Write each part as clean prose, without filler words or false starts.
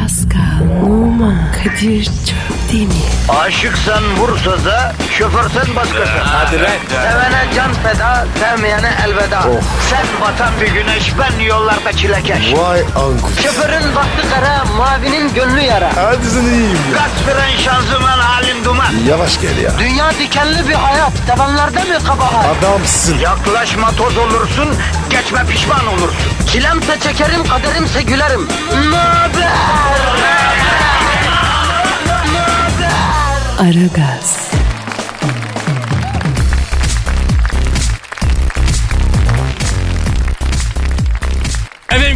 Pascal, Oman, Kadir çok değil mi? Aşıksan vursa da, şoförsen başkasın. Hadi lan. Sevene can feda, sevmeyene elveda. Sen batan bir güneş, ben yollarda çilekeş. Vay anku. Şoförün baktı kara, mavinin gönlü yara. Hadi sen iyiyim ya. Kasperen şanzıman halin duman. Yavaş gel ya. Dünya dikenli bir hayat, sevenlerde mi kabahar? Adamsın. Yaklaşma toz olursun, geçme pişman olursun. Çilemse çekerim, kaderimse gülerim. Möber! Aragaz. Efendim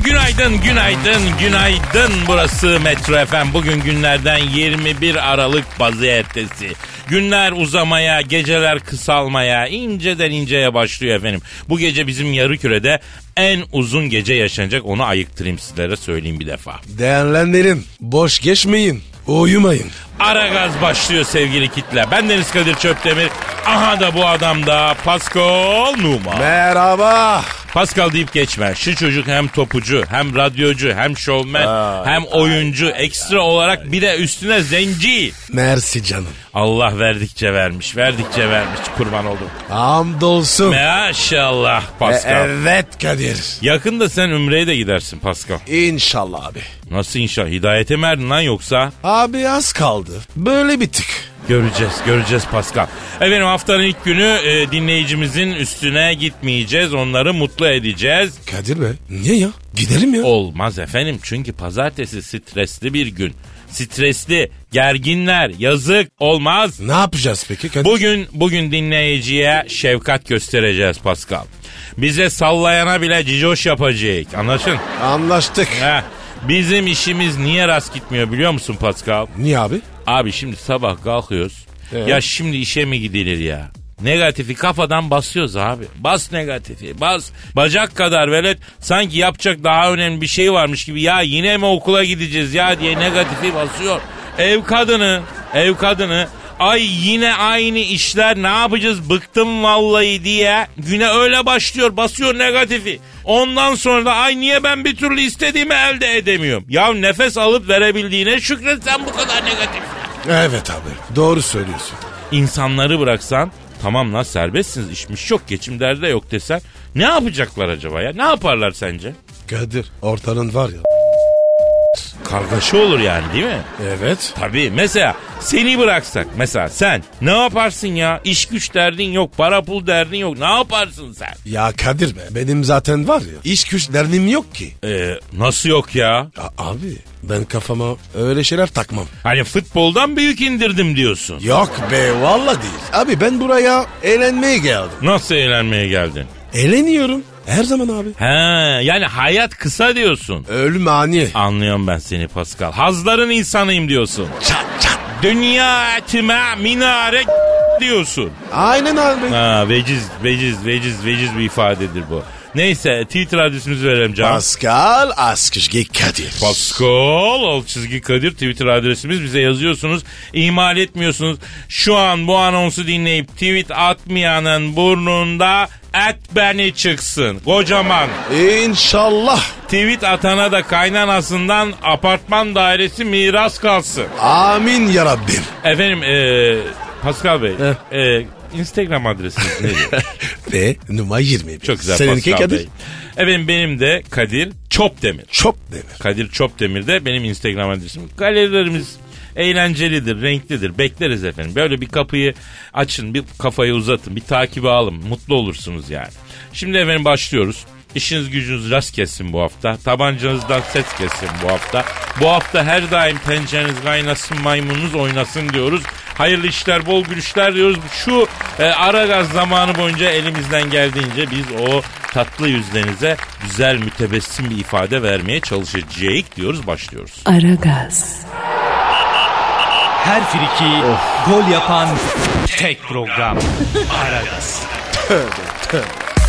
günaydın. Burası Metro FM. Bugün günlerden 21 Aralık Pazı ertesi. Günler uzamaya, geceler kısalmaya, inceden inceye başlıyor efendim. Bu gece bizim yarı en uzun gece yaşanacak, onu ayıktırayım sizlere, söyleyeyim bir defa. Değerlendirin. Boş geçmeyin. Uyumayın. Aragaz başlıyor sevgili kitle. Ben Deniz Kadir Çöptemir. Aha da bu adam da Pascal Numa. Merhaba. Pascal deyip geçme. Şu çocuk hem topucu, hem radyocu, hem şovmen, hem oyuncu. Ekstra olarak bir de üstüne zenci. Mersi canım. Allah verdikçe vermiş. Kurban oldum. Hamdolsun. Maşallah Pascal. Evet Kadir. Yakında sen Ümre'ye de gidersin Pascal. İnşallah abi. Nasıl inşallah? Hidayete mi erdin lan yoksa? Abi az kaldı. Böyle bir tık. Göreceğiz Pascal. Efendim haftanın ilk günü dinleyicimizin üstüne gitmeyeceğiz. Onları mutlu edeceğiz. Kadir Bey niye ya? Gidelim ya. Olmaz efendim, çünkü pazartesi stresli bir gün. Stresli, gerginler, yazık, olmaz. Ne yapacağız peki Kadir? Bugün dinleyiciye şefkat göstereceğiz Pascal. Bize sallayana bile cicoş yapacak. Anlaşın? Anlaştık. Bizim işimiz niye rast gitmiyor biliyor musun Pascal? Niye abi? Abi şimdi sabah kalkıyoruz. Ya şimdi işe mi gidilir ya? Negatifi kafadan basıyoruz abi. Bas negatifi, bas. Bacak kadar velet, sanki yapacak daha önemli bir şey varmış gibi. Ya yine mi okula gideceğiz ya diye negatifi basıyor. Ev kadını ay yine aynı işler, ne yapacağız, bıktım vallahi diye güne öyle başlıyor, basıyor negatifi. Ondan sonra da ay niye ben bir türlü istediğimi elde edemiyorum. Ya nefes alıp verebildiğine şükret sen bu kadar negatif. Evet abi, doğru söylüyorsun. İnsanları bıraksan tamam lan, serbestsiniz, işmiş yok, geçim derdi de yok desen, ne yapacaklar acaba ya? Ne yaparlar sence? Kadir, ortanın var ya. Kargaşa olur yani, değil mi? Evet. Tabii, mesela seni bıraksak, mesela sen ne yaparsın ya? İş güç derdin yok, para pul derdin yok, ne yaparsın sen? Ya Kadir be, benim zaten var ya, iş güç derdim yok ki. Nasıl yok ya? Abi ben kafama öyle şeyler takmam. Hani futboldan büyük indirdim diyorsun. Yok be, vallahi değil. Abi ben buraya eğlenmeye geldim. Nasıl eğlenmeye geldin? Eğleniyorum. Her zaman abi. Yani hayat kısa diyorsun. Ölüm ani. Anlıyorum ben seni Pascal. Hazların insanıyım diyorsun. Çat çat. Dünya etime minare diyorsun. Aynen abi. Veciz bir ifadedir bu. Neyse, Twitter adresimizi verelim canım. Pascal _ Kadir. Pascal _ Kadir Twitter adresimiz. Bize yazıyorsunuz, ihmal etmiyorsunuz. Şu an bu anonsu dinleyip tweet atmayanın burnunda et beni çıksın. Kocaman. İnşallah. Tweet atana da kaynanasından apartman dairesi miras kalsın. Amin ya Rabbim. Efendim Pascal Bey, Instagram adresiniz nedir? Ve numara 21. Çok güzel. Seninki Pascal Kadir? Bey. Efendim benim de Kadir Çopdemir. Kadir Çopdemir de benim Instagram adresim. Galerilerimiz eğlencelidir, renklidir. Bekleriz efendim. Böyle bir kapıyı açın, bir kafayı uzatın, bir takibi alın. Mutlu olursunuz yani. Şimdi efendim başlıyoruz. İşiniz gücünüz rast kessin bu hafta. Tabancanızdan ses kessin bu hafta. Bu hafta her daim pencereniz kaynasın, maymununuz oynasın diyoruz. Hayırlı işler, bol gülüşler diyoruz. Şu Aragaz zamanı boyunca elimizden geldiğince biz o tatlı yüzlerinize güzel, mütebessim bir ifade vermeye çalışacağız diyoruz, başlıyoruz. Aragaz. Her friki gol yapan tek program. Aragaz. Tövbe.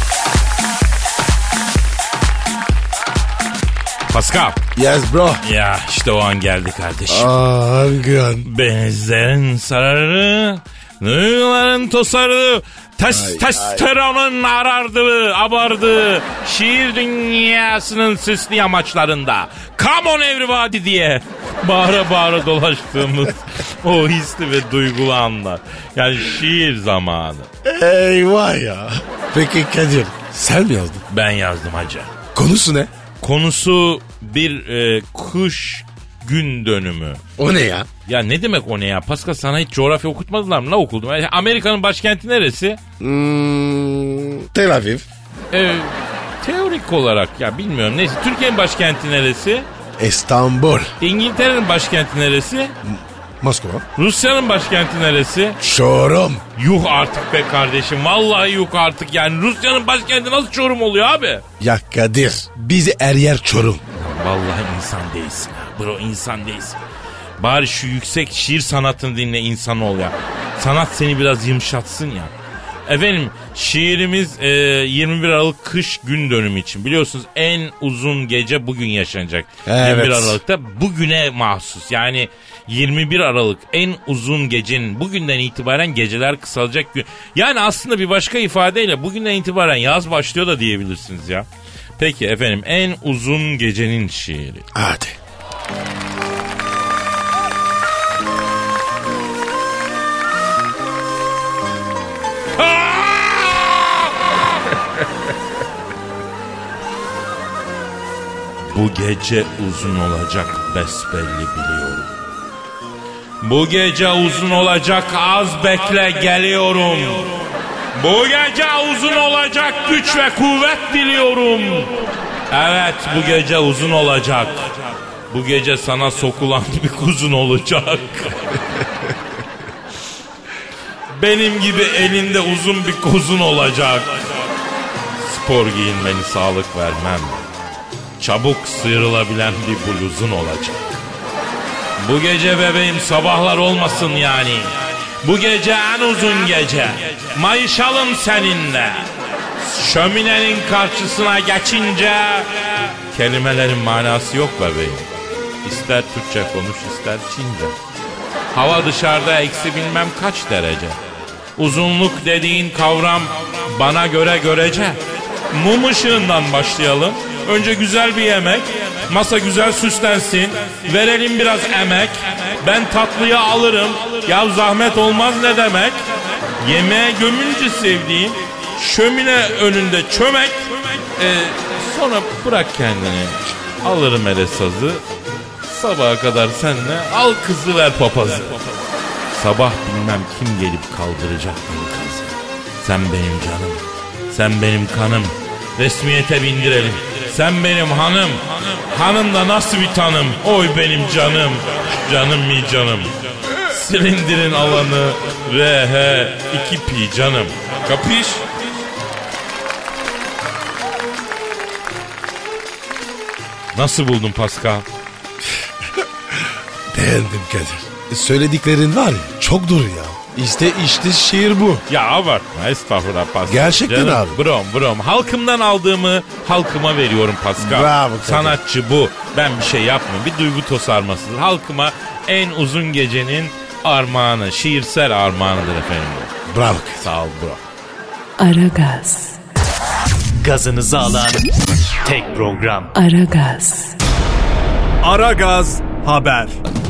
Pascal. Yes bro. Ya işte o an geldi kardeşim. Hangi an? Benizlerin sararı, Duyguların tosarı, testosteronun arardığı, abardığı şiir dünyasının süslü yamaçlarında come on everybody diye bağıra bağıra dolaştığımız o hisli ve duygulu anlar. Yani şiir zamanı. Eyvah ya. Peki Kadir, sen mi yazdın? Ben yazdım hacı. Konusu ne? Konusu bir kış gün dönümü. O ne ya? Ya ne demek o ne ya? Pascal, sana hiç coğrafya okutmadılar mı? Ne okudun? Amerika'nın başkenti neresi? Tel Aviv. Teorik olarak ya bilmiyorum. Neyse, Türkiye'nin başkenti neresi? İstanbul. İngiltere'nin başkenti neresi? Moskova. Rusya'nın başkenti neresi? Çorum. Yuh artık be kardeşim. Vallahi yuh artık yani. Rusya'nın başkenti nasıl Çorum oluyor abi? Ya Kadir, bizi her yer Çorum. Vallahi insan değilsin ha. Bro, insan değilsin. Bari şu yüksek şiir sanatını dinle, insan ol ya. Sanat seni biraz yumuşatsın ya. Efendim, şiirimiz 21 Aralık kış gün dönümü için. Biliyorsunuz en uzun gece bugün yaşanacak. Evet. 21 Aralık'ta bugüne mahsus. Yani 21 Aralık en uzun gecenin, bugünden itibaren geceler kısalacak gün. Yani aslında bir başka ifadeyle bugünden itibaren yaz başlıyor da diyebilirsiniz ya. Peki efendim, en uzun gecenin şiiri. Hadi. Bu gece uzun olacak besbelli biliyorum. Bu gece uzun olacak, az bekle geliyorum. Bu gece uzun olacak, güç ve kuvvet diliyorum. Evet, bu gece uzun olacak. Bu gece sana sokulan bir kuzun olacak. Benim gibi elinde uzun bir kuzun olacak. Spor giyinmeni sağlık vermem. Çabuk sıyrılabilen bir bluzun olacak. Bu gece bebeğim sabahlar olmasın yani. Bu gece en uzun gece. Mayışalım seninle. Şöminenin karşısına geçince kelimelerin manası yok bebeğim. İster Türkçe konuş, ister Çince. Hava dışarıda eksi bilmem kaç derece. Uzunluk dediğin kavram bana göre görece. Mum ışığından başlayalım. Önce güzel bir yemek. Masa güzel süslensin. Verelim biraz emek. Ben tatlıyı alırım. Ya zahmet olmaz ne demek. Yemeğe gömünce sevdiğim şömine önünde çömek. Sonra bırak kendini. Alırım ele sazı. Sabaha kadar senle al kızı ver papazı. Sabah bilmem kim gelip kaldıracak enkazı. Sen benim canım. Sen benim kanım. Resmiyete bindirelim. Sen benim hanım. Hanım da nasıl bir tanım. Oy benim canım. Canım mi canım. Silindirin alanı RH 2pi canım. Kapış? Nasıl buldun Pascal? Beğendim Kadir. Söylediklerin var ya, çok dur ya. İşte şiir bu. Ya abartma, estağfurullah Pascal. Gerçekten canım, abi. Brom. Halkımdan aldığımı halkıma veriyorum Pascal. Bravo. Sanatçı bu. Ben bir şey yapmıyorum. Bir duygu tosarmasıdır. Halkıma en uzun gecenin armağanı, şiirsel armağanıdır efendim. Bravo. Sağ ol bro. Aragaz. Gazınızı alan tek program. Aragaz. Aragaz Haber.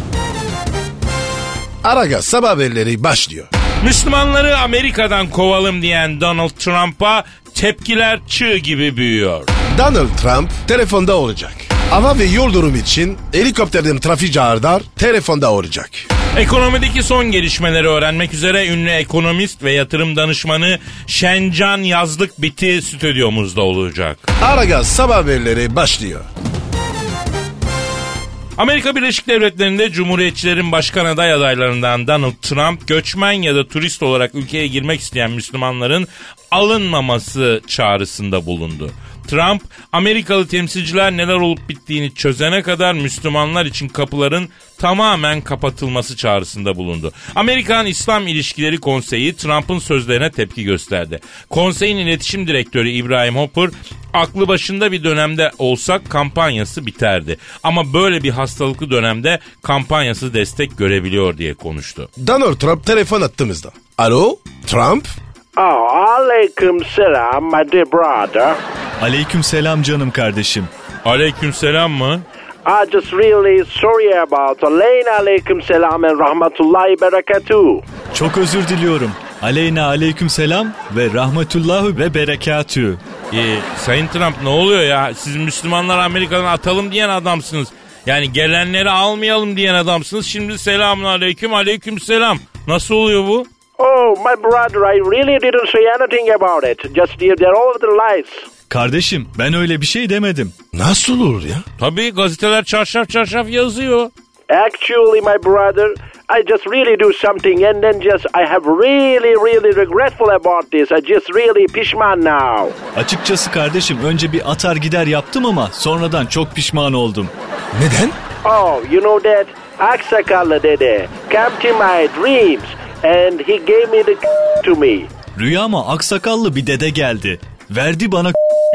Aragaz sabah haberleri başlıyor. Müslümanları Amerika'dan kovalım diyen Donald Trump'a tepkiler çığ gibi büyüyor. Donald Trump telefonda olacak. Hava ve yol durumu için helikopterden trafik ağırlar telefonda olacak. Ekonomideki son gelişmeleri öğrenmek üzere ünlü ekonomist ve yatırım danışmanı Şencan Yazlık Biti stüdyomuzda olacak. Aragaz sabah haberleri başlıyor. Amerika Birleşik Devletleri'nde Cumhuriyetçilerin başkan aday adaylarından Donald Trump, göçmen ya da turist olarak ülkeye girmek isteyen Müslümanların alınmaması çağrısında bulundu. Trump, Amerikalı temsilciler neler olup bittiğini çözene kadar Müslümanlar için kapıların tamamen kapatılması çağrısında bulundu. Amerikan İslam İlişkileri Konseyi Trump'ın sözlerine tepki gösterdi. Konseyin iletişim direktörü İbrahim Hopper, aklı başında bir dönemde olsak kampanyası biterdi. Ama böyle bir hastalıklı dönemde kampanyası destek görebiliyor diye konuştu. Donald Trump telefon attığımızda Alo, Trump? Oh, alaikum selam, my dear brother. Aleyküm selam canım kardeşim. Aleyküm selam mı? I just really sorry about Aleyna alaikum selam and rahmatullahi berekatuh. Çok özür diliyorum. Aleyna aleyküm selam ve rahmetullahu ve berekatü. Sayın Trump ne oluyor ya? Siz Müslümanlar Amerika'dan atalım diyen adamsınız. Yani gelenleri almayalım diyen adamsınız. Şimdi selamun aleyküm, aleyküm selam. Nasıl oluyor bu? Oh, my brother, I really didn't say anything about it. Just they're all the lies. Kardeşim ben öyle bir şey demedim. Nasıl olur ya? Tabii gazeteler çarşaf çarşaf yazıyor. Actually, my brother, I just really do something and then just I have really regretful about this. I just really pişman now. Açıkçası kardeşim önce bir atar gider yaptım ama sonradan çok pişman oldum. Neden? Oh, you know that Aksakallı dede come to my dreams and he gave me the to me. Rüyama aksakallı bir dede geldi. Verdi bana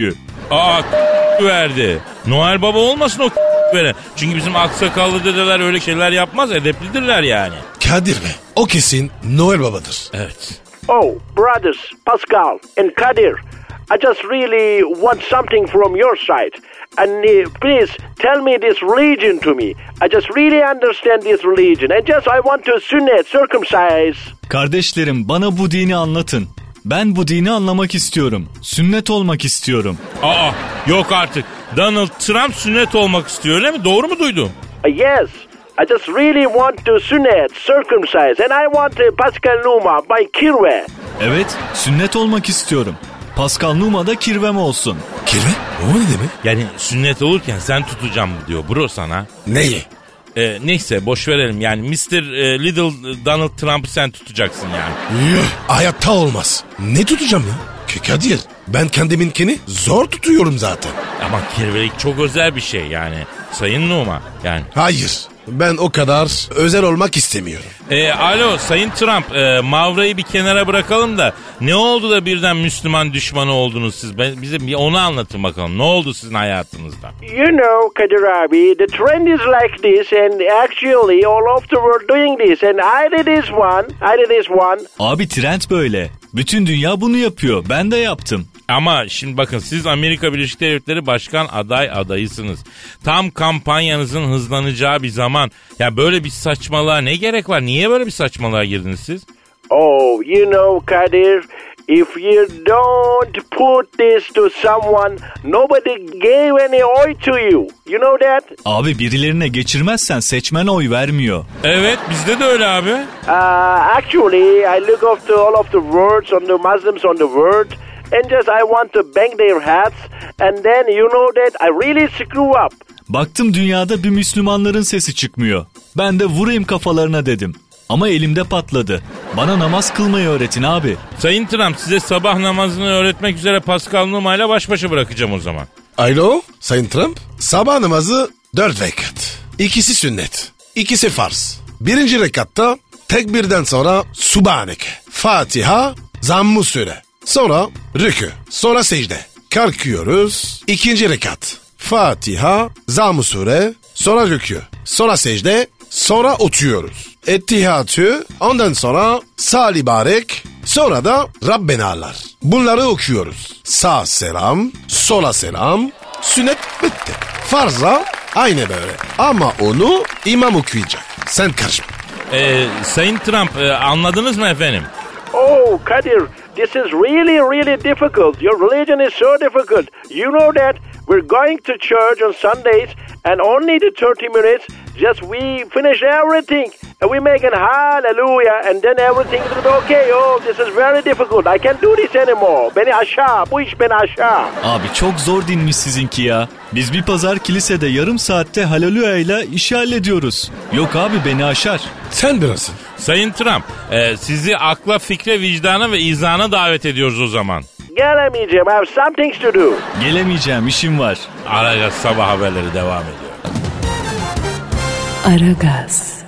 Aa verdi. Noel Baba olmasın o veren. Çünkü bizim aksakallı dedeler öyle şeyler yapmaz, edeplidirler yani. Kadir Bey, o kesin Noel Baba'dır. Evet. Oh, brothers, Pascal and Kadir, I just really want something from your side. And please tell me this religion to me. I just really understand this religion. And just I want to sünnet, circumcise. Kardeşlerim bana bu dini anlatın. Ben bu dini anlamak istiyorum. Sünnet olmak istiyorum. Aa yok artık. Donald Trump sünnet olmak istiyor öyle mi? Doğru mu duydum? Yes. I just really want to sünnet, circumcise. And I want Pascal Numa by kirve. Evet, sünnet olmak istiyorum. Pascal Numa'da kirvem olsun. Kirve? O ne demek? Yani sünnet olurken sen tutacağım diyor bro sana. Neyi? Neyse boş verelim yani Mr. Little Donald Trump'ı sen tutacaksın yani. Yuh, hayatta olmaz. Ne tutacağım ya? Kadir, ben kendiminkini zor tutuyorum zaten. Ama kirvelik çok özel bir şey yani. Sayın Numa yani. Hayır, ben o kadar özel olmak istemiyorum. Alo Sayın Trump, Mavra'yı bir kenara bırakalım da ne oldu da birden Müslüman düşmanı oldunuz siz? Bize bir onu anlatın bakalım. Ne oldu sizin hayatınızda? You know, Kadir abi, the trend is like this and actually all of the world doing this and I did this one. Abi trend böyle. Bütün dünya bunu yapıyor. Ben de yaptım. Ama şimdi bakın siz Amerika Birleşik Devletleri Başkan adayısınız. Tam kampanyanızın hızlanacağı bir zaman. Ya böyle bir saçmalığa ne gerek var? Niye böyle bir saçmalığa girdiniz siz? Oh, you know, Kadir, if you don't put this to someone, nobody gave any oy to you. You know that? Abi birilerine geçirmezsen seçmen oy vermiyor. Evet, bizde de öyle abi. Actually, I look after all of the words on the Muslims on the world. And just I want to bang their hats. And then you know that I really screw up. Baktım dünyada bir Müslümanların sesi çıkmıyor. Ben de vurayım kafalarına dedim. Ama elimde patladı. Bana namaz kılmayı öğretin abi. Sayın Trump size sabah namazını öğretmek üzere Pascal Numa ile baş başa bırakacağım o zaman. Alo Sayın Trump. Sabah namazı 4 rekat. İkisi sünnet. İkisi farz. Birinci rekatta tekbirden sonra Subhaneke, Fatiha, Zamm-ı Sure. Sonra rükû. Sonra secde. Kalkıyoruz. İkinci rekat. Fatiha, Zamm-ı Sure. Sonra rükû. Sonra secde. Sonra oturuyoruz. Ettihadü. Ondan sonra Salih Barek. Sonra da Rabbenalar. Bunları okuyoruz. Sağ selam. Sola selam. Sünnet bitti. Farzla aynı böyle. Ama onu imam okuyacak. Sen karışma. Sayın Trump anladınız mı efendim? Oh, Kadir, this is really difficult. Your religion is so difficult. You know that we're going to church on Sundays and only the 30 minutes, just we finish everything and we make an hallelujah and then everything is okay. Oh, this is very difficult. I can't do this anymore. Beni aşağı, bu iş beni aşağı. Abi çok zor dinmiş sizinki ya. Biz bir pazar kilisede yarım saatte haleluya ile işi hallediyoruz. Yok abi beni aşar. Sen birasın. Sayın Trump sizi akla, fikre, vicdana ve izana davet ediyoruz o zaman. Gelemeyeceğim. I have some things to do. Gelemeyeceğim işim var. Aragaz sabah haberleri devam ediyor. Aragaz.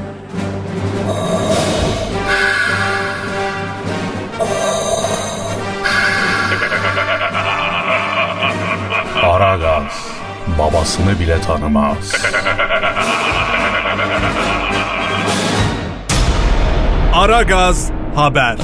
Aragaz babasını bile tanımaz. Aragaz haber.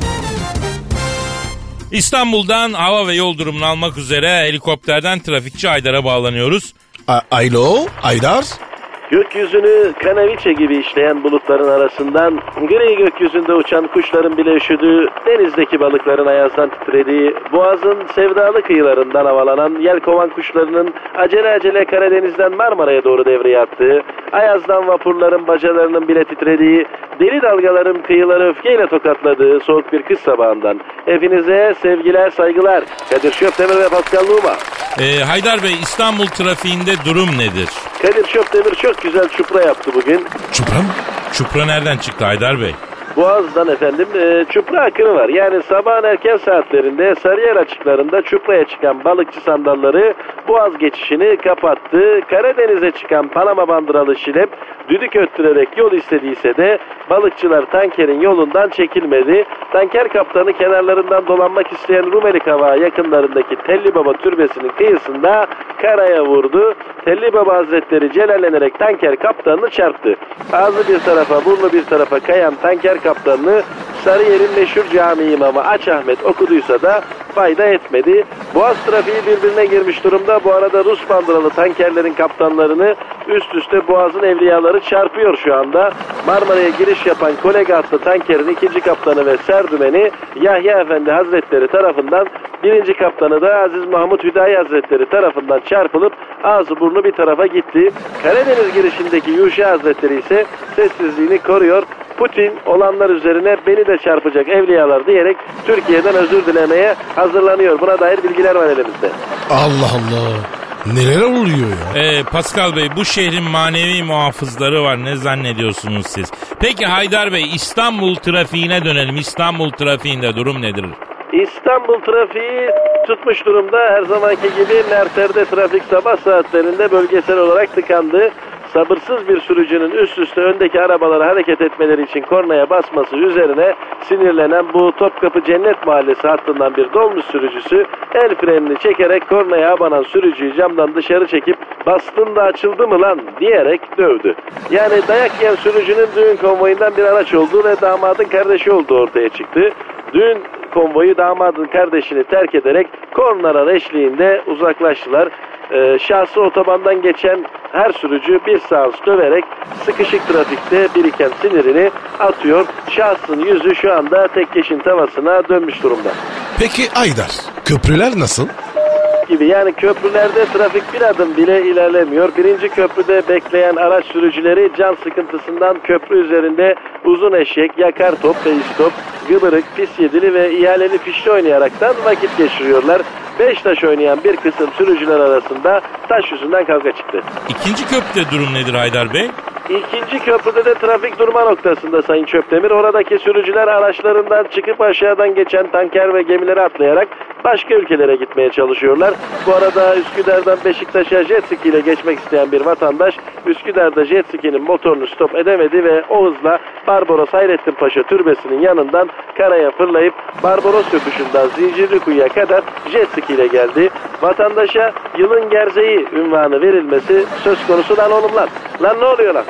İstanbul'dan hava ve yol durumunu almak üzere helikopterden trafikçi Aydar'a bağlanıyoruz. Alo, Aydar. Gökyüzünü kanaviçe gibi işleyen bulutların arasından gri gökyüzünde uçan kuşların bile üşüdüğü, denizdeki balıkların ayazdan titrediği, boğazın sevdalı kıyılarından havalanan yelkovan kuşlarının acele acele Karadeniz'den Marmara'ya doğru devreye attığı, ayazdan vapurların bacalarının bile titrediği, deli dalgaların kıyıları öfkeyle tokatladığı soğuk bir kış sabahından hepinize sevgiler, saygılar. Kadir Şöpdemir ve Pascal Numa. Haydar Bey, İstanbul trafiğinde durum nedir? Kadir Şöpdemir çok güzel çupra yaptı bugün. Çupra mı? Çupra nereden çıktı Haydar Bey? Boğaz'dan efendim çupra akını var. Yani sabahın erken saatlerinde Sarıyer açıklarında çupraya çıkan balıkçı sandalları Boğaz geçişini kapattı. Karadeniz'e çıkan Panama bandıralı şilep düdük öttürerek yol istediyse de balıkçılar tankerin yolundan çekilmedi. Tanker kaptanı kenarlarından dolanmak isteyen Rumeli Kavağı yakınlarındaki Telli Baba türbesinin kıyısında karaya vurdu. Telli Baba Hazretleri celallenerek tanker kaptanını çarptı. Ağzı bir tarafa, burnu bir tarafa kayan tanker kaptanını Sarıyer'in meşhur cami imamı Aç Ahmet okuduysa da fayda etmedi. Boğaz trafiği birbirine girmiş durumda. Bu arada Rus bandıralı tankerlerin kaptanlarını üst üste Boğaz'ın evliyaları çarpıyor şu anda. Marmara'ya giriş yapan Kolega adlı tankerin ikinci kaptanı ve serdümeni Yahya Efendi Hazretleri tarafından, birinci kaptanı da Aziz Mahmut Hüdayi Hazretleri tarafından çarpılıp ağzı burnu bir tarafa gitti. Karadeniz girişindeki Yuşa Hazretleri ise sessizliğini koruyor. Putin olanlar üzerine beni de çarpacak evliyalar diyerek Türkiye'den özür dilemeye hazırlanıyor. Buna dair bilgiler var elimizde. Allah Allah. Neler oluyor ya? Pascal Bey, bu şehrin manevi muhafızları var. Ne zannediyorsunuz siz? Peki Haydar Bey, İstanbul trafiğine dönelim. İstanbul trafiğinde durum nedir? İstanbul trafiği tutmuş durumda. Her zamanki gibi Merter'de trafik sabah saatlerinde bölgesel olarak tıkandı. Sabırsız bir sürücünün üst üste öndeki arabalara hareket etmeleri için kornaya basması üzerine sinirlenen bu Topkapı Cennet Mahallesi hattından bir dolmuş sürücüsü el frenini çekerek kornaya abanan sürücüyü camdan dışarı çekip "Bastın da açıldı mı lan?" diyerek dövdü. Yani dayak yiyen sürücünün düğün konvoyundan bir araç olduğu ve damadın kardeşi olduğu ortaya çıktı. Düğün konvoyu damadın kardeşini terk ederek kornalar eşliğinde uzaklaştılar. Şahsı otobandan geçen her sürücü bir seans döverek sıkışık trafikte biriken sinirini atıyor. Şahsın yüzü şu anda tekkeşin tavasına dönmüş durumda. Peki Aydar, köprüler nasıl? Gibi yani köprülerde trafik bir adım bile ilerlemiyor. Birinci köprüde bekleyen araç sürücüleri can sıkıntısından köprü üzerinde uzun eşek, yakar top ve istop, gıbırık, pis yedili ve ihaleli fişli oynayaraktan vakit geçiriyorlar. 5 taş oynayan bir kısım sürücüler arasında taş yüzünden kavga çıktı. İkinci köprüde durum nedir Haydar Bey? İkinci köprüde de trafik durma noktasında Sayın Çöpdemir. Oradaki sürücüler araçlarından çıkıp aşağıdan geçen tanker ve gemileri atlayarak başka ülkelere gitmeye çalışıyorlar. Bu arada Üsküdar'dan Beşiktaş'a jet ski ile geçmek isteyen bir vatandaş Üsküdar'da jet ski'nin motorunu stop edemedi ve o hızla Barbaros Hayrettin Paşa türbesinin yanından karaya fırlayıp Barbaros yokuşundan Zincirlikuyu'ya kadar jet ski ile geldi. Vatandaşa yılın gerzeği unvanı verilmesi söz konusu. Lan oğlum lan. Lan ne oluyor lan?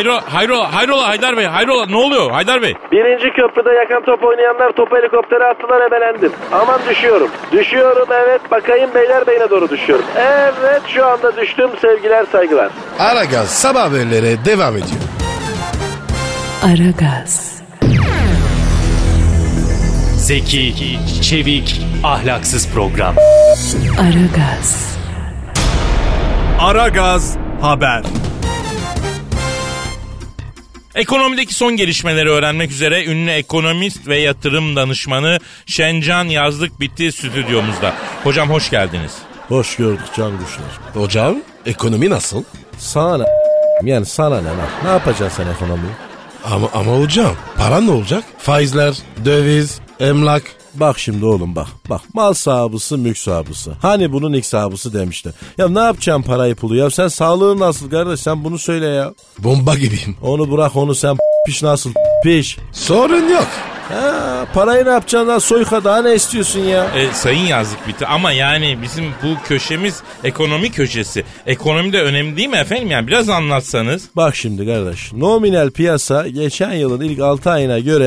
Hayrola Haydar Bey, hayrola, ne oluyor Haydar Bey? Birinci köprüde yakan top oynayanlar topu helikoptere attılar, ebelendim. Aman düşüyorum. Düşüyorum, evet, bakayım Beylerbeyi'ne doğru düşüyorum. Evet, şu anda düştüm, sevgiler saygılar. Aragaz sabah haberleri devam ediyor. Aragaz. Zeki, çevik, ahlaksız program. Aragaz. Aragaz haber. Ekonomideki son gelişmeleri öğrenmek üzere ünlü ekonomist ve yatırım danışmanı Şencan Yazlık bitti stüdyomuzda. Hocam hoş geldiniz. Hoş gördük can kuşlar. Hocam ekonomi nasıl? Sana ne? Yani sana ne lan? Ne yapacaksın sen ekonomiyi? Ama hocam para ne olacak? Faizler, döviz, emlak. Bak şimdi oğlum bak. Bak mal sahibisin mülk sahibisin. Hani bunun ilk sahibisin demişler. Ya ne yapacaksın parayı pulu ya? Sen sağlığın nasıl kardeş? Sen bunu söyle ya. Bomba gibiyim. Onu bırak, onu sen piş nasıl piş. Sorun yok. Ha, parayı ne yapacaksın lan soyka, daha ne istiyorsun ya? Sayın Yazlık bitti ama yani bizim bu köşemiz ekonomi köşesi. Ekonomi de önemli değil mi efendim? Yani biraz anlatsanız. Bak şimdi kardeş, nominal piyasa geçen yılın ilk 6 ayına göre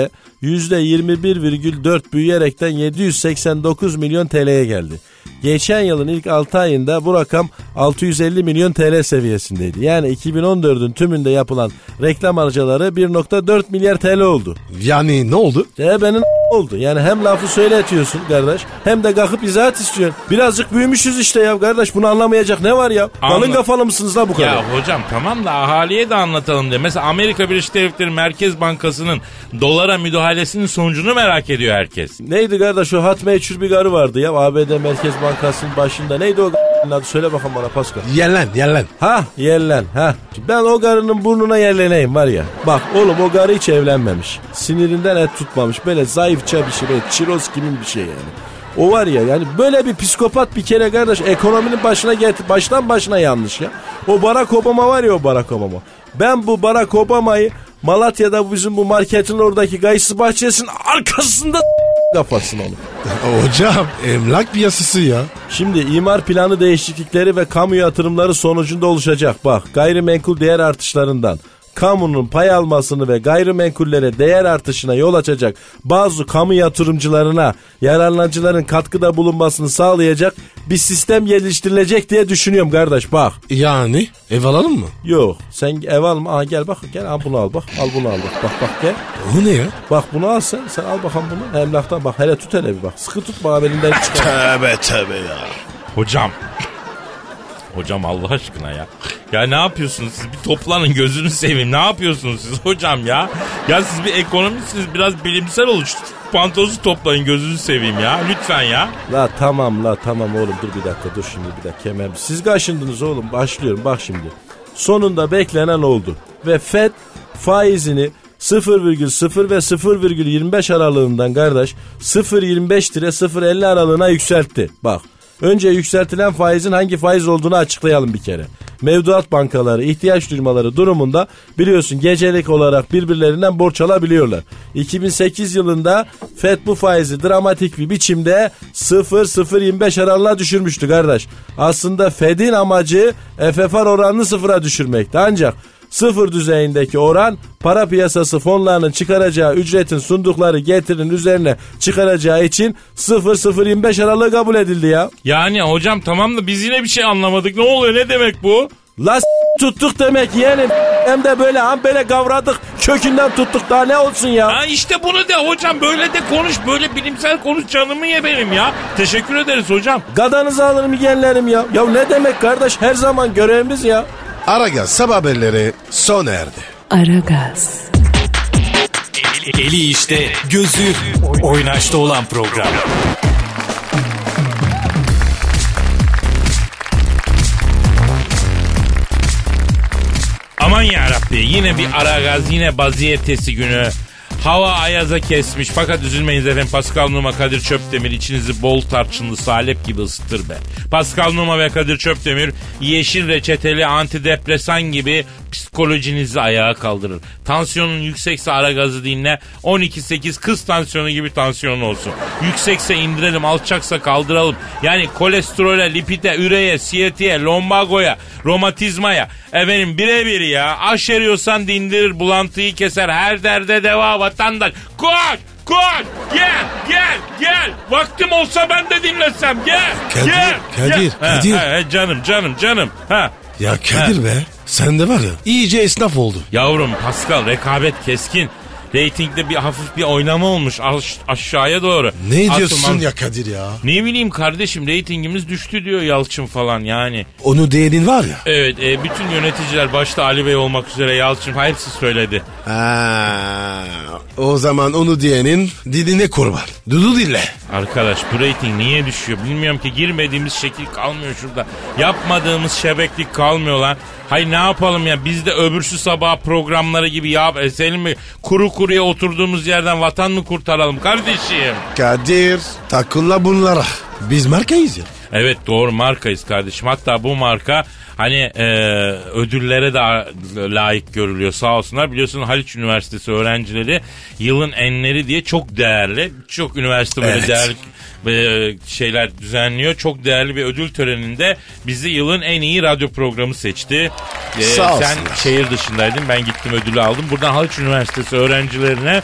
%21,4 büyüyerekten 789 milyon TL'ye geldi. Geçen yılın ilk 6 ayında bu rakam 650 milyon TL seviyesindeydi. Yani 2014'ün tümünde yapılan reklam harcaları 1,4 milyar TL oldu. Yani ne oldu? Benim oldu. Yani hem lafı söyletiyorsun kardeş hem de kalkıp izahat istiyorsun. Birazcık büyümüşüz işte ya kardeş, bunu anlamayacak ne var ya? Kalın kafalı mısınız la bu kadar? Ya hocam tamam da ahaliye de anlatalım diye. Mesela Amerika Birleşik Devletleri Merkez Bankası'nın dolara müdahalesinin sonucunu merak ediyor herkes. Neydi kardeş, o hat meçhul bir garı vardı ya ABD Merkez Bankası'nın başında. Neydi o adı, söyle bakalım bana Pascal. Yellen. Ha yellen ha. Ben o garının burnuna yerleneyim var ya. Bak oğlum, o garı hiç evlenmemiş. Sinirinden et tutmamış. Böyle zayıfça bir şey. Böyle çiroz kimin bir şey yani. O var ya, yani böyle bir psikopat bir kere kardeş ekonominin başına getir. Baştan başına yanlış ya. O Barack Obama var ya, o Barack Obama. Ben bu Barack Obama'yı Malatya'da bizim bu marketin oradaki kayısı bahçesinin arkasında kafasına onu. Hocam emlak piyasası ya. Şimdi imar planı değişiklikleri ve kamu yatırımları sonucunda oluşacak. Bak, gayrimenkul değer artışlarından kamunun pay almasını ve gayrimenkullere değer artışına yol açacak bazı kamu yatırımcılarına, yararlanıcıların katkıda bulunmasını sağlayacak bir sistem geliştirilecek diye düşünüyorum kardeş, bak. Yani ev alalım mı? Yok, sen ev alma. Aha, gel bak, gel al bunu al bak. Al bunu al bak gel. O ne ya? Bak bunu al sen al bakalım bunu. Emlaktan bak, hele tut, hele bir bak. Sıkı tut bana, elinden çıkar. Tövbe ya. Hocam Allah aşkına ya. Ya ne yapıyorsunuz siz? Bir toplanın, gözünü seveyim. Ne yapıyorsunuz siz hocam ya? Ya siz bir ekonomistsiniz, biraz bilimsel olun. Şu pantolonunuzu toplayın, gözünü seveyim ya. Lütfen ya. La tamam oğlum, dur bir dakika, dur şimdi bir dakika kemer. Siz kaşındınız oğlum, başlıyorum bak şimdi. Sonunda beklenen oldu. Ve FED faizini 0,0 ve 0,25 aralığından kardeş 0,25-0,50 aralığına yükseltti. Bak. Önce yükseltilen faizin hangi faiz olduğunu açıklayalım bir kere. Mevduat bankaları ihtiyaç duymaları durumunda biliyorsun gecelik olarak birbirlerinden borç alabiliyorlar. 2008 yılında FED bu faizi dramatik bir biçimde 0,025 aralığına düşürmüştü kardeş. Aslında FED'in amacı FFR oranını sıfıra düşürmekti, ancak sıfır düzeyindeki oran para piyasası fonlarının çıkaracağı ücretin sundukları getirinin üzerine çıkaracağı için 0,025 aralığı kabul edildi ya. Yani hocam tamam da biz yine bir şey anlamadık. Ne oluyor, ne demek bu? La tuttuk demek yeğenim. Hem de böyle kavradık, kökünden tuttuk, daha ne olsun ya. Ha işte bunu de hocam, böyle de konuş, böyle bilimsel konuş, canımı ye benim ya. Teşekkür ederiz hocam. Gadanızı alırım yeğenlerim ya. Ya ne demek kardeş, her zaman görevimiz ya. Aragaz sabah haberleri sona erdi. Aragaz. Eli işte, gözü oynaşta olan program. Aman yarabbi, yine bir Aragaz, yine baziyetesi günü. Hava ayaza kesmiş, fakat üzülmeyiniz efendim. Pascal Numa, Kadir Çöpdemir içinizi bol tarçınlı salep gibi ısıtır be. Pascal Numa ve Kadir Çöpdemir yeşil reçeteli antidepresan gibi psikolojinizi ayağa kaldırır. Tansiyonun yüksekse Aragaz'ı dinle. 12-8 kız tansiyonu gibi tansiyon olsun. Yüksekse indirelim, alçaksa kaldıralım. Yani kolesterole, lipide, üreye, siyatiye, lombagoya, romatizmaya. Efendim birebir ya. Aşeriyorsan dindirir, bulantıyı keser. Her derde deva vatandaş. Koş! Gel. Vaktim olsa ben de dinlesem. Gel. Kadir. Canım. Ha. Ya Kadir be, sen de var ya iyice esnaf oldu. Yavrum Pascal, rekabet keskin. Reytingde bir hafif bir oynama olmuş aşağıya doğru. Ne diyorsun ya Kadir ya? Ne bileyim kardeşim, reytingimiz düştü diyor Yalçın falan yani. Onu diyenin var ya. Evet, bütün yöneticiler başta Ali Bey olmak üzere Yalçın hepsi söyledi. O zaman onu diyenin diline kurban. Dudu dille. Arkadaş bu reyting niye düşüyor bilmiyorum ki, girmediğimiz şekil kalmıyor şurada. Yapmadığımız şebeklik kalmıyor lan. Hay ne yapalım ya, biz de öbürsü sabah programları gibi ya eselim mi? Kuru kuruya oturduğumuz yerden vatan mı kurtaralım kardeşim? Kadir takılla bunlara. Biz markayız ya. Evet doğru, markayız kardeşim. Hatta bu marka hani ödüllere de layık görülüyor sağ olsunlar. Biliyorsun Haliç Üniversitesi öğrencileri yılın enleri diye çok değerli. Çok üniversite böyle değerli şeyler düzenliyor. Çok değerli bir ödül töreninde bizi yılın en iyi radyo programı seçti. Sağ sen şehir dışındaydın, ben gittim ödülü aldım. Buradan Haliç Üniversitesi öğrencilerine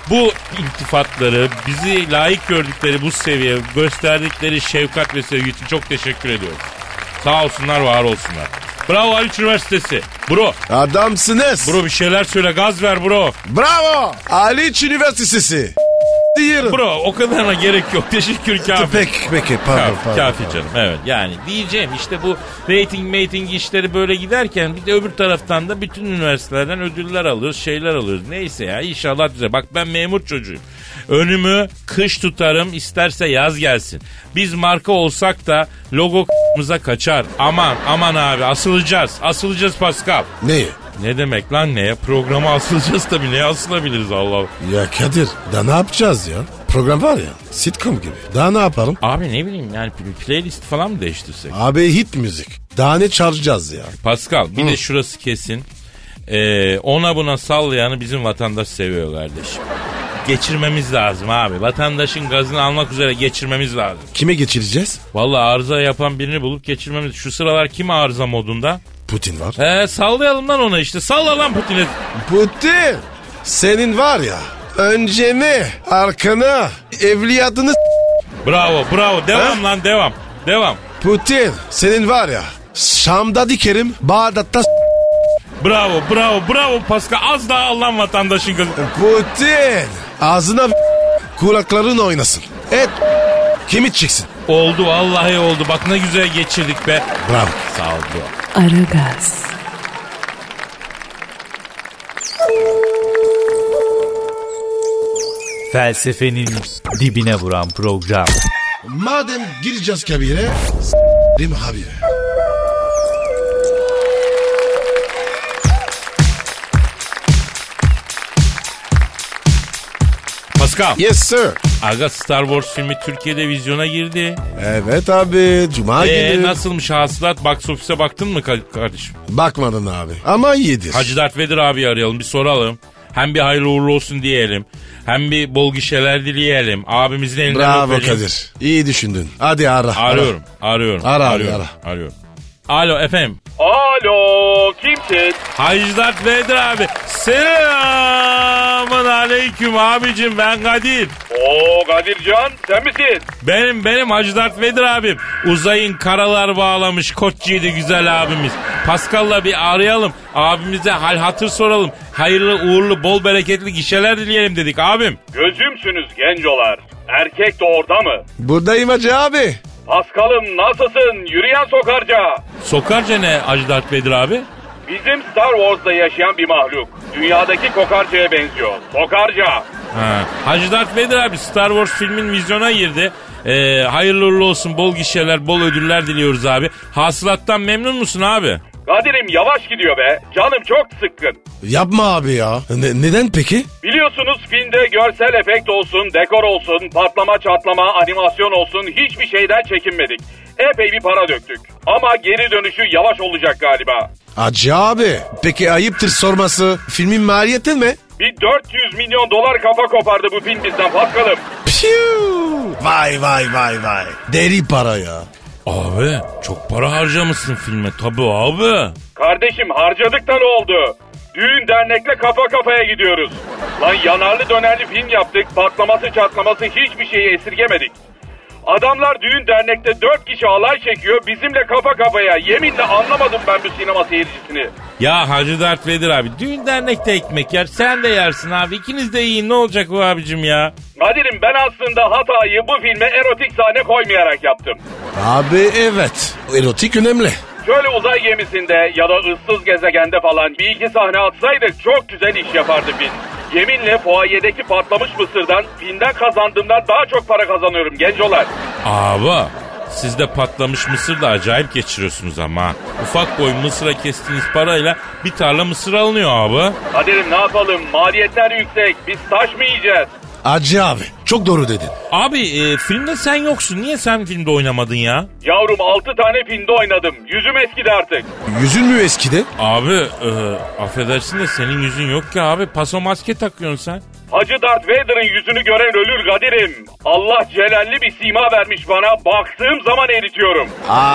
Bu iltifatları, bizi layık gördükleri bu seviye, gösterdikleri şefkat ve sevgi için çok teşekkür ediyorum. Sağ olsunlar, var olsunlar. Bravo Haliç Üniversitesi. Bro. Adamsınız. Bro bir şeyler söyle, gaz ver bro. Bravo. Haliç Üniversitesi. Diyorum. Bro o kadarına gerek yok. Teşekkür kafi. Peki pardon. Kafi canım, evet. Yani diyeceğim işte bu rating işleri böyle giderken bir de öbür taraftan da bütün üniversitelerden ödüller alıyoruz, şeyler alıyoruz. Neyse ya, inşallah düze. Bak ben memur çocuğuyum. Önümü kış tutarım, isterse yaz gelsin. Biz marka olsak da logo k***muza kaçar. Aman abi, asılacağız Pascal. Neye? Ne demek lan neye? Programa asılacağız tabii. Neye asılabiliriz Allah Allah. Ya Kadir, daha ne yapacağız ya? Program var ya, sitcom gibi. Daha ne yapalım? Abi ne bileyim yani, playlist falan mı değiştirsek? Abi hit müzik. Daha ne çalacağız ya? Pascal bir de şurası kesin. Ona buna sallayanı bizim vatandaş seviyor kardeşim. Geçirmemiz lazım abi. Vatandaşın gazını almak üzere geçirmemiz lazım. Kime geçireceğiz? Vallahi arıza yapan birini bulup geçirmemiz. Şu sıralar kim arıza modunda? Putin var. Sallayalım lan ona işte. Salla lan Putin'e. Putin, senin var ya, önceni, arkana, evliyatını... Bravo. Devam lan, devam. Putin, senin var ya, Şam'da dikerim, Bağdat'ta... Bravo Pascal. Az daha al lan vatandaşın gazı. Putin, ağzına kulakların oynasın. Et, kim içeceksin? Oldu vallahi oldu. Bak ne güzel geçirdik be. Bravo. Sağ ol bro. Aragaz. Felsefenin dibine vuran program. Madem gireceğiz kabire, değil mi abi? Pascal. Yes sir. Aga Star Wars filmi Türkiye'de vizyona girdi. Evet abi, cuma günü. Nasılmış hasılat? Box office'e baktın mı kardeşim? Bakmadın abi ama iyidir. Hacı Darth Vader abi arayalım, bir soralım. Hem bir hayırlı uğurlu olsun diyelim. Hem bir bol gişeler dileyelim. Abimizin elinden bravo öpelim. Kadir. İyi düşündün. Hadi ara. Arıyorum. Arıyorum. Alo efendim. Alo, kimsin? Hacı Darth Vader abi. Selamun aleyküm abicim, ben Kadir. Oo Kadircan, sen misin? Benim Hacı Darth Vader abim. Uzayın karalar bağlamış koç yiğidi güzel abimiz. Pascal'la bir arayalım. Abimize hal hatır soralım. Hayırlı uğurlu bol bereketli gişeler dileyelim dedik abim. Gözümsünüz gencolar. Erkek de orada mı? Buradayım Hacı abi. Pascal'ım nasılsın? Yürüyen sokarca. Sokarca ne Hacı Darth Vader abi? Bizim Star Wars'ta yaşayan bir mahluk. Dünyadaki kokarcaya benziyor. Sokarca. Hacı Darth Vader abi, Star Wars filmin vizyona girdi. Hayırlı uğurlu olsun, bol gişeler, bol ödüller diliyoruz abi. Hasılattan memnun musun abi? Kadir'im yavaş gidiyor be. Canım çok sıkkın. Yapma abi ya. Neden peki? Biliyorsunuz filmde görsel efekt olsun, dekor olsun, patlama çatlama, animasyon olsun hiçbir şeyden çekinmedik. Epey bir para döktük. Ama geri dönüşü yavaş olacak galiba. Hacı abi. Peki ayıptır sorması, filmin maliyeti mi? Bir 400 milyon dolar kafa kopardı bu film bizden Pascal'ım. Piu! Vay. Deri para ya. Abi çok para harcamışsın filme tabii abi. Kardeşim harcadık da ne oldu? Düğün dernekle kafa kafaya gidiyoruz. Lan yanarlı dönerli film yaptık, patlaması çatlaması hiçbir şeyi esirgemedik. Adamlar düğün dernekte 4 kişi alay çekiyor, bizimle kafa kafaya. Yeminle anlamadım ben bu sinema seyircisini. Ya Hacı Darth Vader abi, düğün dernekte ekmek yer, sen de yersin abi. İkiniz de yiyin, ne olacak bu abicim ya? Kadir'im ben aslında hatayı bu filme erotik sahne koymayarak yaptım. Abi evet, erotik önemli. Şöyle uzay gemisinde ya da ıssız gezegende falan bir iki sahne atsaydık çok güzel iş yapardı film. Yeminle fuayedeki patlamış mısırdan filmden kazandığımdan daha çok para kazanıyorum gencolar. Abi siz de patlamış mısır da acayip geçiriyorsunuz ama. Ufak boy mısıra kestiğiniz parayla bir tarla mısır alınıyor abi. Kadir'im ne yapalım, maliyetler yüksek, biz taş mı yiyeceğiz? Hacı abi çok doğru dedin. Abi filmde sen yoksun. Niye sen filmde oynamadın ya? Yavrum 6 tane filmde oynadım. Yüzüm eskidi artık. Yüzün mü eskidi? Abi affedersin de senin yüzün yok ki abi. Paso maske takıyorsun sen. Hacı Darth Vader'ın yüzünü gören ölür Kadir'im. Allah celalli bir sima vermiş bana. Baktığım zaman eritiyorum.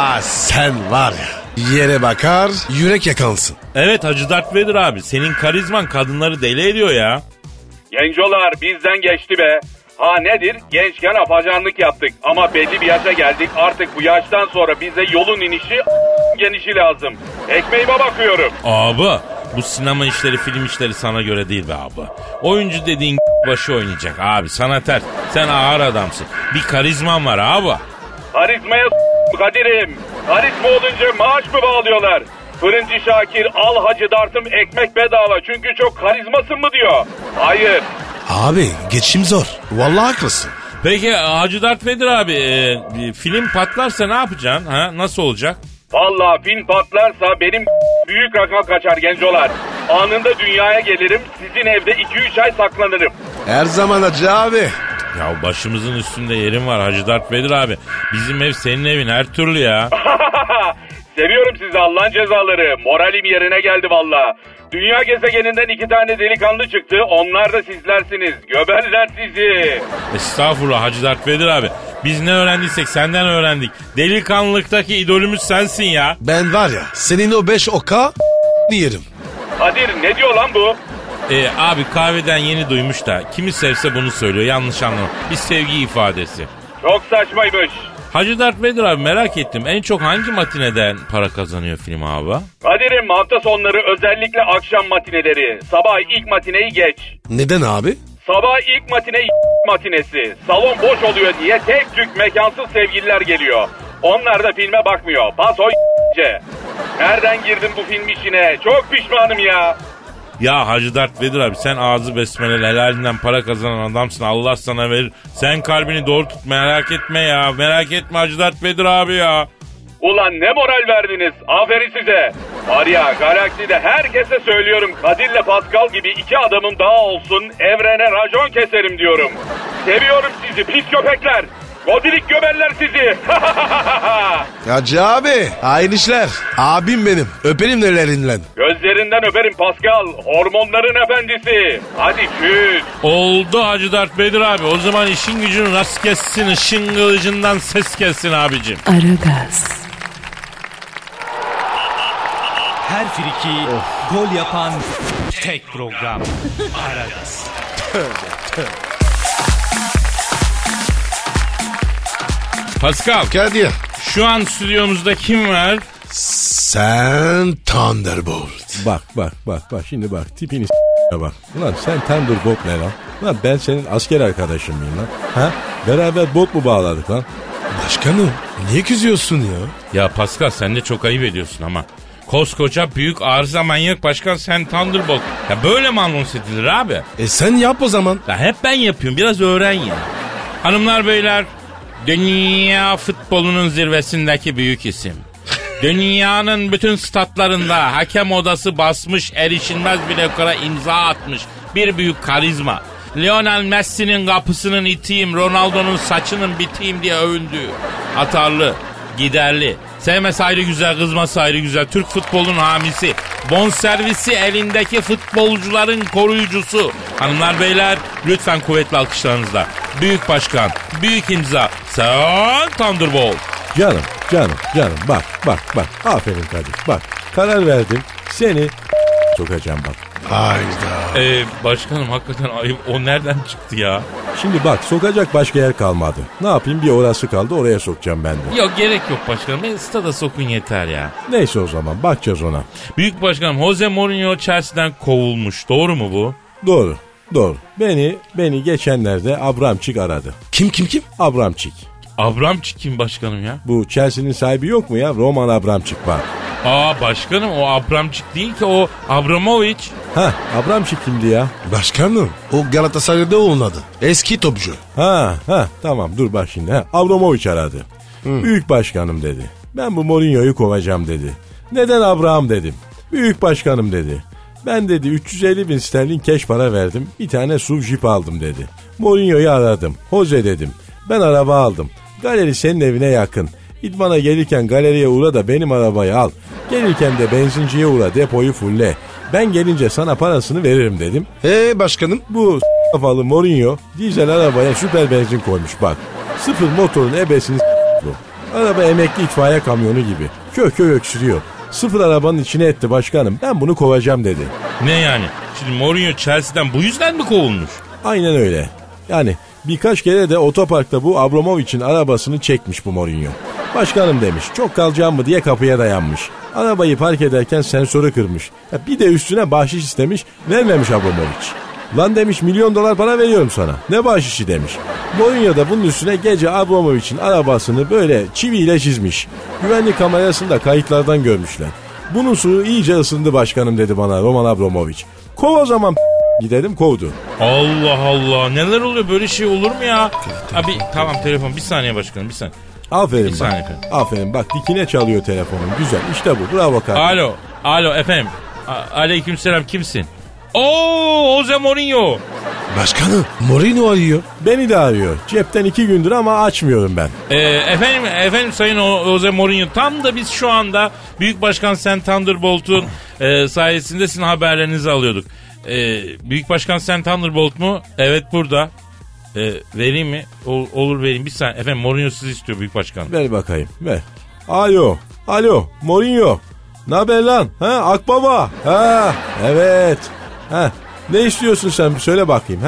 Sen var ya, yere bakar yürek yakansın. Evet Hacı Darth Vader abi, senin karizman kadınları deli ediyor ya. Gencolar bizden geçti be. Ha nedir? Gençken afacanlık yaptık ama belli bir yaşa geldik. Artık bu yaştan sonra bize yolun inişi genişi lazım. Ekmeğime bakıyorum. Abi bu sinema işleri, film işleri sana göre değil be abi. Oyuncu dediğin başı oynayacak abi. Sana ters. Sen ağır adamsın. Bir karizman var abi. Karizmaya Kadir'im. Karizma olunca maaş mı bağlıyorlar? Fırıncı Şakir al Hacı Dart'ım ekmek bedava çünkü çok karizmasın mı diyor. Hayır. Abi geçim zor. Vallahi haklısın. Peki Hacı Dert Vedir abi film patlarsa ne yapacaksın? Ha? Nasıl olacak? Vallahi film patlarsa benim büyük rakam kaçar gencolar. Anında dünyaya gelirim, sizin evde 2-3 ay saklanırım. Her zaman Hacı abi. Ya başımızın üstünde yerin var Hacı Dert Vedir abi. Bizim ev senin evin her türlü ya. Seviyorum sizi Allah'ın cezaları. Moralim yerine geldi valla. Dünya gezegeninden 2 tane delikanlı çıktı. Onlar da sizlersiniz. Göberler sizi. Estağfurullah Hacı Dert Vedir abi. Biz ne öğrendiysek senden öğrendik. Delikanlılıktaki idolümüz sensin ya. Ben var ya senin o 5 oka yerim. Kadir ne diyor lan bu? Abi kahveden yeni duymuş da kimi sevse bunu söylüyor, yanlış anlama. Bir sevgi ifadesi. Çok saçmaymış. Hacı Dert Vedir abi merak ettim. En çok hangi matineden para kazanıyor film abi? Kadir'im hafta sonları özellikle akşam matineleri. Sabah ilk matineyi geç. Neden abi? Sabah ilk matinesi. Salon boş oluyor diye tek tük mekansız sevgililer geliyor. Onlar da filme bakmıyor. Paso Nereden girdim bu film işine? Çok pişmanım ya. Ya Hacı Dert Vedir abi sen ağzı besmeleli helalinden para kazanan adamsın. Allah sana verir. Sen kalbini doğru tut, merak etme ya. Merak etme Hacı Dert Vedir abi ya. Ulan ne moral verdiniz. Aferin size. Var ya galakside herkese söylüyorum. Kadir'le Pascal gibi 2 adamım daha olsun. Evrene racon keserim diyorum. Seviyorum sizi pis köpekler. Godilik göberler sizi. Hacı abi aynı işler. Abim benim. Öperim ellerinden. Gözlerinden öperim Pascal. Hormonların efendisi. Hadi küs. Oldu Hacı Dert Vedir abi. O zaman işin gücün rast kessin. Işın kılıcından ses kessin abicim. Aragaz. Her friki gol yapan tek program. Aragaz. Pascal. Kadir. Şu an stüdyomuzda kim var? Sen Thunderbolt. Bak şimdi bak tipini bak. Ulan sen Thunderbolt ne lan? Lan ben senin asker arkadaşın mıyım lan? Ha? Beraber bot mu bağladık lan? Başkanım niye kızıyorsun ya? Ya Pascal sen de çok ayıp ediyorsun ama. Koskoca büyük arıza manyak başkan sen Thunderbolt. Ya böyle mi anons edilir abi? Sen yap o zaman. Ya hep ben yapıyorum, biraz öğren ya. Hanımlar beyler, dünya futbolunun zirvesindeki büyük isim. Dünyanın bütün statlarında hakem odası basmış, erişilmez bir rekora imza atmış bir büyük karizma. Lionel Messi'nin kapısının itiyim, Ronaldo'nun saçının bitiyim diye övündüğü. Atarlı, giderli, sevmesi ayrı güzel, kızması ayrı güzel, Türk futbolunun hamisi, bonservisi elindeki futbolcuların koruyucusu. Hanımlar beyler lütfen kuvvetli alkışlarınızla. Büyük başkan, büyük imza, sen Thunderbolt. Canım bak aferin Kadir bak karar verdim seni sokacağım bak. Hayda. Başkanım hakikaten ayıp, o nereden çıktı ya? Şimdi bak sokacak başka yer kalmadı. Ne yapayım, bir orası kaldı, oraya sokacağım ben de. Yok gerek yok başkanım, beni stada sokun yeter ya. Neyse o zaman bakacağız ona. Büyük başkanım Jose Mourinho Chelsea'den kovulmuş, doğru mu bu? Doğru. Beni geçenlerde Abramçik aradı. Kim? Abramçik. Abramçik kim başkanım ya? Bu Chelsea'nin sahibi yok mu ya? Roman Abramçik var. Başkanım o Abramçik değil ki, o Abramovich. Abramçik kimdi ya? Başkanım o Galatasaray'da onun adı. Eski topçu. Tamam dur bak şimdi. Abramovich aradı. Büyük başkanım dedi. Ben bu Mourinho'yu kovacağım dedi. Neden Abraham dedim. Büyük başkanım dedi. Ben dedi 350 bin sterlin keş para verdim. Bir tane SUV jip aldım dedi. Mourinho'yu aradım. Jose dedim. Ben araba aldım. Galeri senin evine yakın. İdmana gelirken galeriye uğra da benim arabayı al. Gelirken de benzinciye uğra, depoyu fulle. Ben gelince sana parasını veririm dedim. Başkanım? Bu kafalı Mourinho dizel arabaya süper benzin koymuş bak. Sıfır motorun ebesini bu. Araba emekli itfaiye kamyonu gibi. Kök öksürüyor. Sıfır arabanın içine etti başkanım. Ben bunu kovacağım dedi. Ne yani? Fenerbahçeli Mourinho Chelsea'den bu yüzden mi kovulmuş? Aynen öyle. Yani birkaç kere de otoparkta bu Abramovich'in arabasını çekmiş bu Mourinho. Başkanım demiş, çok kalacağım mı diye kapıya dayanmış. Arabayı park ederken sensörü kırmış. Bir de üstüne bahşiş istemiş, vermemiş Abramovich. Lan demiş, $1.000.000 para veriyorum sana. Ne bahşişi demiş. Mourinho da bunun üstüne gece Abramovich'in arabasını böyle çiviyle çizmiş. Güvenlik kamerasında kayıtlardan görmüşler. Bunun suyu iyice ısındı başkanım dedi bana Roman Abramovich. Kov o zaman gidelim, kovdu. Allah Allah, neler oluyor, böyle şey olur mu ya? Abi tamam, telefon bir saniye başkanım, bir saniye. Aferin bir bak. Saniye efendim. Aferin bak, dikine çalıyor telefonun. Güzel, işte bu, bravo kardeşim. Alo efendim. Aleykümselam, kimsin? Jose Mourinho. Başkanım Mourinho arıyor. Beni de arıyor. Cepten 2 gündür ama açmıyorum ben. Efendim Sayın Jose Mourinho, tam da biz şu anda Büyük Başkan Sen Thunderbolt'un sayesinde sizin haberlerinizi alıyorduk. Büyük Başkan Sen Thunderbolt mu? Evet, burada. Vereyim mi? Olur, vereyim. Bir saniye. Efendim, Mourinho sizi istiyor Büyük Başkan. Ver bakayım, ver. Alo Mourinho. Naber lan? Akbaba. Evet. Ne istiyorsun sen? Söyle bakayım.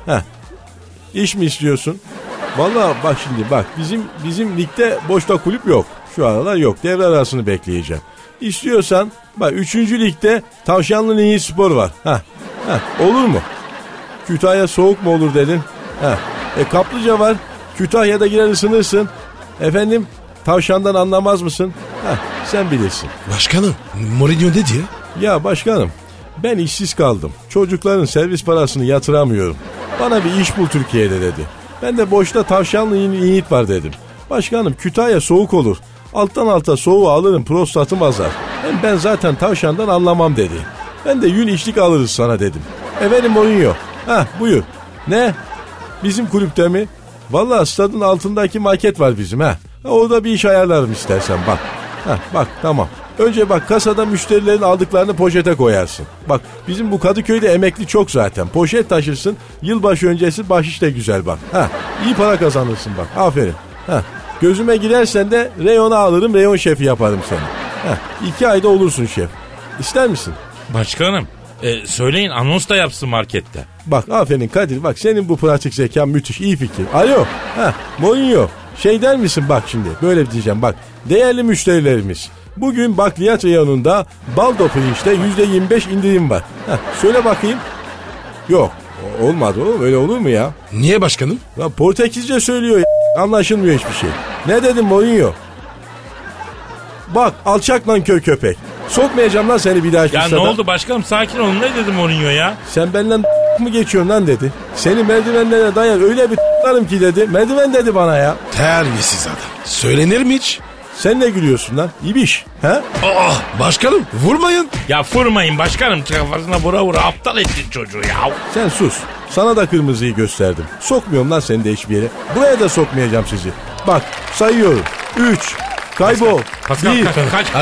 İş mi istiyorsun? Vallahi bak şimdi, bak bizim ligde boşta kulüp yok. Şu aralar yok. Devre arasını bekleyeceğim. İstiyorsan bak 3. ligde Tavşanlı Niğit Spor var. Olur mu? Kütahya soğuk mu olur dedin? Kaplıca var. Kütahya'da girer ısınırsın. Efendim, tavşandan anlamaz mısın? Sen bilirsin. Başkanım Mourinho ne diyor? Ya başkanım, ben işsiz kaldım. Çocukların servis parasını yatıramıyorum. Bana bir iş bul Türkiye'de dedi. Ben de boşta Tavşanlı Niğit var dedim. Başkanım, Kütahya soğuk olur. Alttan alta soğuğu alırım, prostatım azar. Hem ben zaten tavşandan anlamam dedi. Ben de yün içlik alırız sana dedim. Efendim Mourinho. Buyur. Ne? Bizim kulüpte mi? Vallahi stadın altındaki market var bizim. Orada bir iş ayarlarım istersen bak. Bak tamam. Önce bak, kasada müşterilerin aldıklarını poşete koyarsın. Bak, bizim bu Kadıköy'de emekli çok zaten. Poşet taşırsın. Yılbaşı öncesi bahşiş de güzel bak. İyi para kazanırsın bak. Aferin. Gözüme girersen de reyona alırım, reyon şefi yaparım seni. 2 ayda olursun şef. İster misin? Başkanım, söyleyin, anons da yapsın markette. Bak aferin Kadir, bak senin bu pratik zekan müthiş, iyi fikir. Alo, Mourinho, şey der misin bak şimdi, böyle diyeceğim bak. Değerli müşterilerimiz, bugün bakliyat reyonunda baldo pirinçte %25 indirim var. Söyle bakayım. Yok, olmadı oğlum, öyle olur mu ya? Niye başkanım? Lan Portekizce söylüyor ya. Anlaşılmıyor hiçbir şey. Ne dedim Mourinho? Bak, alçak lan köpek. Sokmayacağım lan seni bir daha. Ya ne oldu başkanım, sakin olun, ne dedi Mourinho ya? Sen benden mı geçiyorsun lan dedi. Seni merdivenlere dayar öyle bir t**larım ki dedi. Merdiven dedi bana ya. Terbiyesiz adam. Söylenir mi hiç? Sen ne gülüyorsun lan? İbiş. Başkanım vurmayın. Ya vurmayın başkanım, kafasına vura aptal ettin çocuğu ya. Sen sus. Sana da kırmızıyı gösterdim. Sokmuyorum lan seni de hiçbir yere. Buraya da sokmayacağım sizi. Bak sayıyorum. 3. Kaybol. Pascal, 1.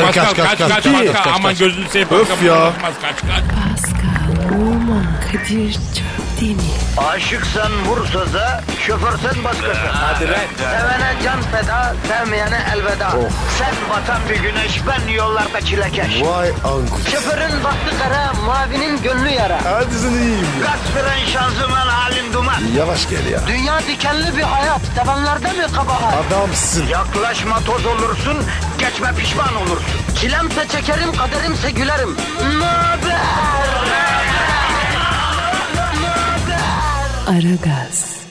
kaç. Aman gözünü seveyim. Öf ya. Kaç. Pascal, Oman, Kadir çok değil mi? Aşıksan vursa da, şoförsen başkasın. Hadi lan. Sevene can feda, sevmeyene elveda. Sen batan bir güneş, ben yollarda çilekeş. Vay anku. Şoförün baktı kara, mavinin gönlü yara. Hadi sen iyiyim ya. Kasperen şanzıman halin duman. Yavaş gel ya. Dünya dikenli bir hayat, sevenlerde mi kabahar? Adamsın. Yaklaşma toz olursun, geçme pişman olursun. Çilemse çekerim, kaderimse gülerim. Möber! Aragaz.